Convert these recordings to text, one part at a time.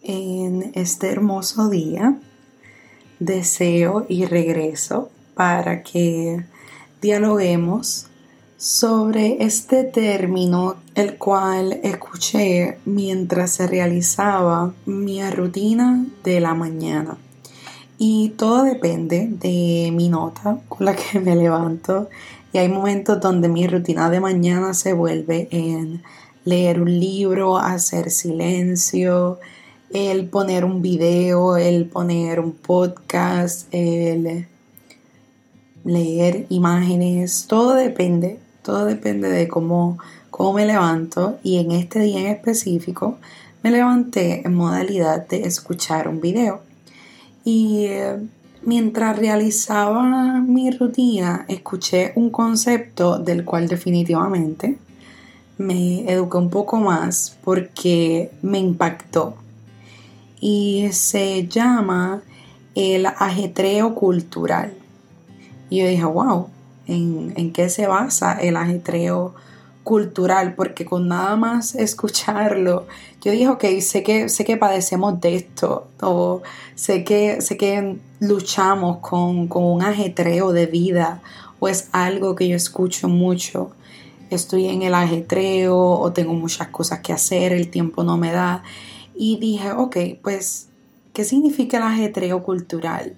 En este hermoso día deseo y regreso para que dialoguemos sobre este término el cual escuché mientras se realizaba mi rutina de la mañana. Y todo depende de mi nota con la que me levanto. Y hay momentos donde mi rutina de mañana se vuelve en leer un libro, hacer silencio, el poner un video, el poner un podcast, el leer imágenes. Todo depende de cómo me levanto. Y en este día en específico me levanté en modalidad de escuchar un video. Y mientras realizaba mi rutina, escuché un concepto del cual definitivamente me eduqué un poco más porque me impactó. Y se llama el ajetreo cultural. Y yo dije, wow, ¿en qué se basa el ajetreo cultural? Porque con nada más escucharlo, yo dije, ok, sé que padecemos de esto, o sé que luchamos con un ajetreo de vida, o es algo que yo escucho mucho. Estoy en el ajetreo, o tengo muchas cosas que hacer, el tiempo no me da. Y dije, ok, pues, ¿qué significa el ajetreo cultural?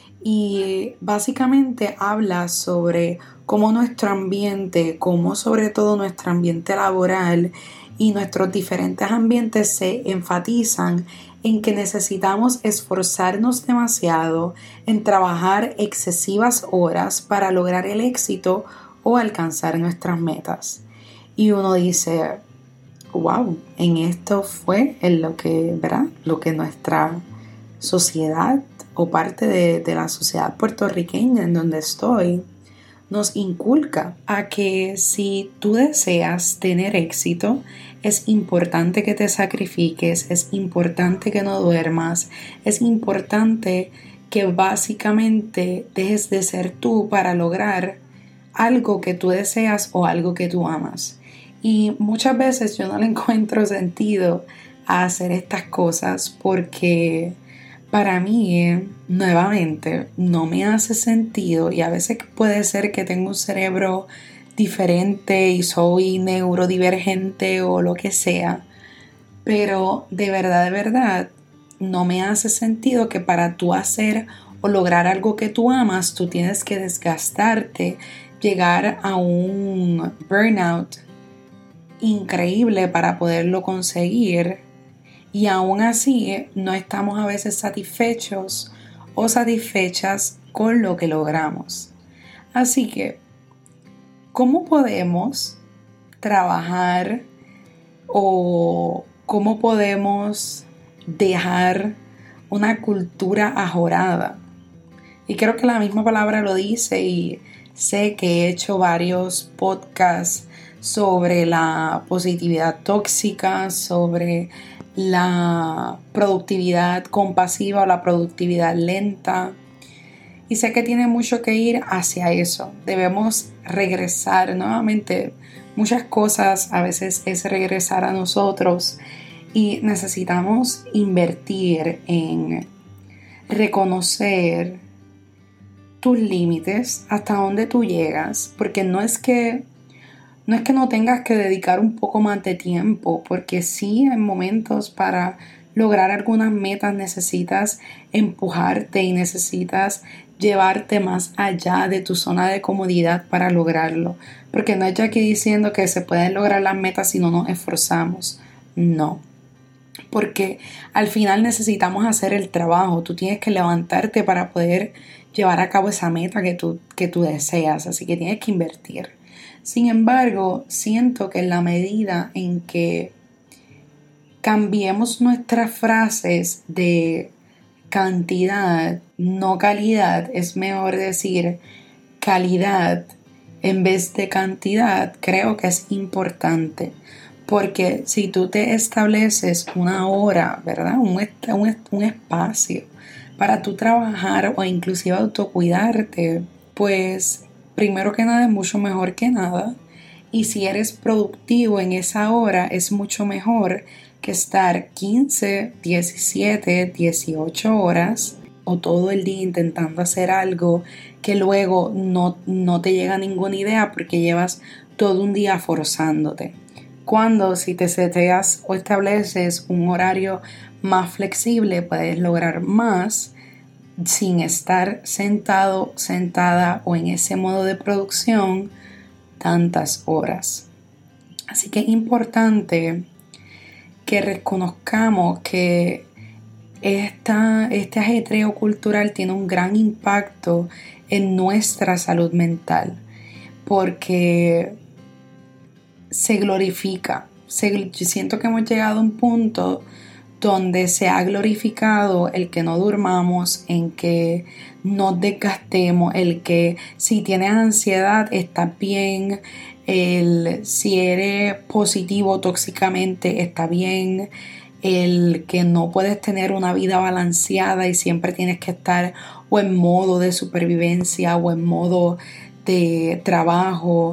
Y básicamente habla sobre cómo nuestro ambiente, cómo sobre todo nuestro ambiente laboral y nuestros diferentes ambientes se enfatizan en que necesitamos esforzarnos demasiado en trabajar excesivas horas para lograr el éxito o alcanzar nuestras metas. Y uno dice, wow, en esto fue en lo que, ¿verdad? Lo que nuestra sociedad o parte de la sociedad puertorriqueña en donde estoy nos inculca a que si tú deseas tener éxito, es importante que te sacrifiques, es importante que no duermas, es importante que básicamente dejes de ser tú para lograr algo que tú deseas o algo que tú amas. Y muchas veces yo no le encuentro sentido a hacer estas cosas porque para mí, nuevamente, no me hace sentido y a veces puede ser que tengo un cerebro diferente y soy neurodivergente o lo que sea, pero de verdad, no me hace sentido que para tú hacer o lograr algo que tú amas, tú tienes que desgastarte, llegar a un burnout increíble para poderlo conseguir. Y aún así no estamos a veces satisfechos o satisfechas con lo que logramos. Así que, ¿cómo podemos trabajar o cómo podemos dejar una cultura ajorada? Y creo que la misma palabra lo dice y sé que he hecho varios podcasts sobre la positividad tóxica, sobre la productividad compasiva o la productividad lenta. Y sé que tiene mucho que ir hacia eso. Debemos regresar nuevamente. Muchas cosas a veces es regresar a nosotros y necesitamos invertir en reconocer tus límites, hasta dónde tú llegas, porque no es que no tengas que dedicar un poco más de tiempo, porque sí, en momentos para lograr algunas metas necesitas empujarte y necesitas llevarte más allá de tu zona de comodidad para lograrlo, porque no estoy aquí diciendo que se pueden lograr las metas si no nos esforzamos, no. Porque al final necesitamos hacer el trabajo, tú tienes que levantarte para poder llevar a cabo esa meta que tú deseas, así que tienes que invertir. Sin embargo, siento que en la medida en que cambiemos nuestras frases de cantidad, no calidad, es mejor decir calidad en vez de cantidad, creo que es importante. Porque si tú te estableces una hora, ¿verdad? Un espacio para tú trabajar o inclusive autocuidarte, pues primero que nada es mucho mejor que nada. Y si eres productivo en esa hora, es mucho mejor que estar 15, 17, 18 horas o todo el día intentando hacer algo que luego no te llega ninguna idea porque llevas todo un día forzándote. Cuando si te seteas o estableces un horario más flexible, puedes lograr más sin estar sentado, sentada o en ese modo de producción tantas horas. Así que es importante que reconozcamos que este ajetreo cultural tiene un gran impacto en nuestra salud mental porque se glorifica. Yo siento que hemos llegado a un punto donde se ha glorificado el que no durmamos, en que nos desgastemos, el que si tienes ansiedad está bien, si eres positivo tóxicamente está bien, el que no puedes tener una vida balanceada y siempre tienes que estar o en modo de supervivencia o en modo de trabajo.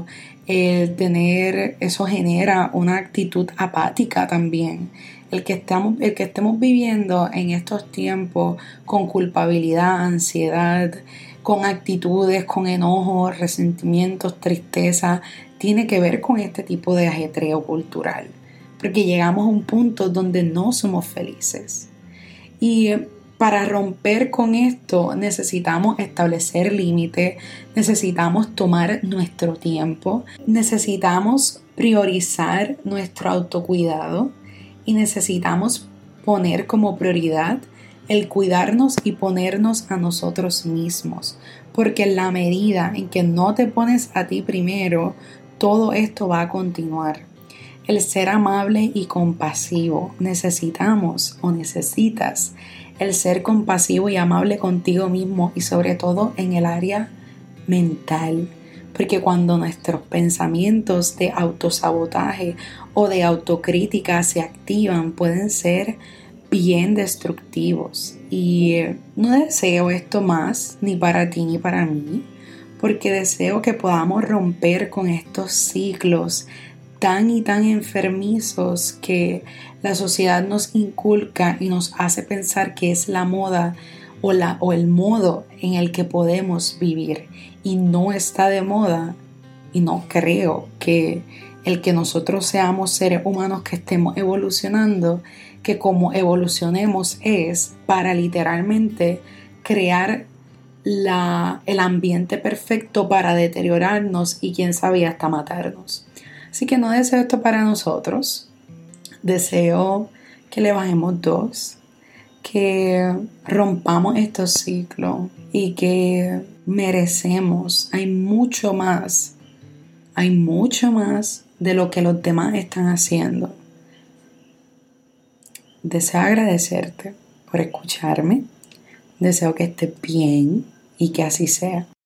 Eso genera una actitud apática también. El que estemos viviendo en estos tiempos con culpabilidad, ansiedad, con actitudes, con enojos, resentimientos, tristeza, tiene que ver con este tipo de ajetreo cultural. Porque llegamos a un punto donde no somos felices. Y para romper con esto necesitamos establecer límites, necesitamos tomar nuestro tiempo, necesitamos priorizar nuestro autocuidado y necesitamos poner como prioridad el cuidarnos y ponernos a nosotros mismos. Porque en la medida en que no te pones a ti primero, todo esto va a continuar. El ser amable y compasivo. Necesitas el ser compasivo y amable contigo mismo y sobre todo en el área mental. Porque cuando nuestros pensamientos de autosabotaje o de autocrítica se activan, pueden ser bien destructivos. Y no deseo esto más, ni para ti ni para mí, porque deseo que podamos romper con estos ciclos tan y tan enfermizos que la sociedad nos inculca y nos hace pensar que es la moda o el modo en el que podemos vivir, y no está de moda. Y no creo que el que nosotros seamos seres humanos que estemos evolucionando, que como evolucionemos es para literalmente crear el ambiente perfecto para deteriorarnos y quién sabe hasta matarnos. Así que no deseo esto para nosotros. Deseo que le bajemos 2, que rompamos estos ciclos y que merecemos. Hay mucho más de lo que los demás están haciendo. Deseo agradecerte por escucharme. Deseo que estés bien y que así sea.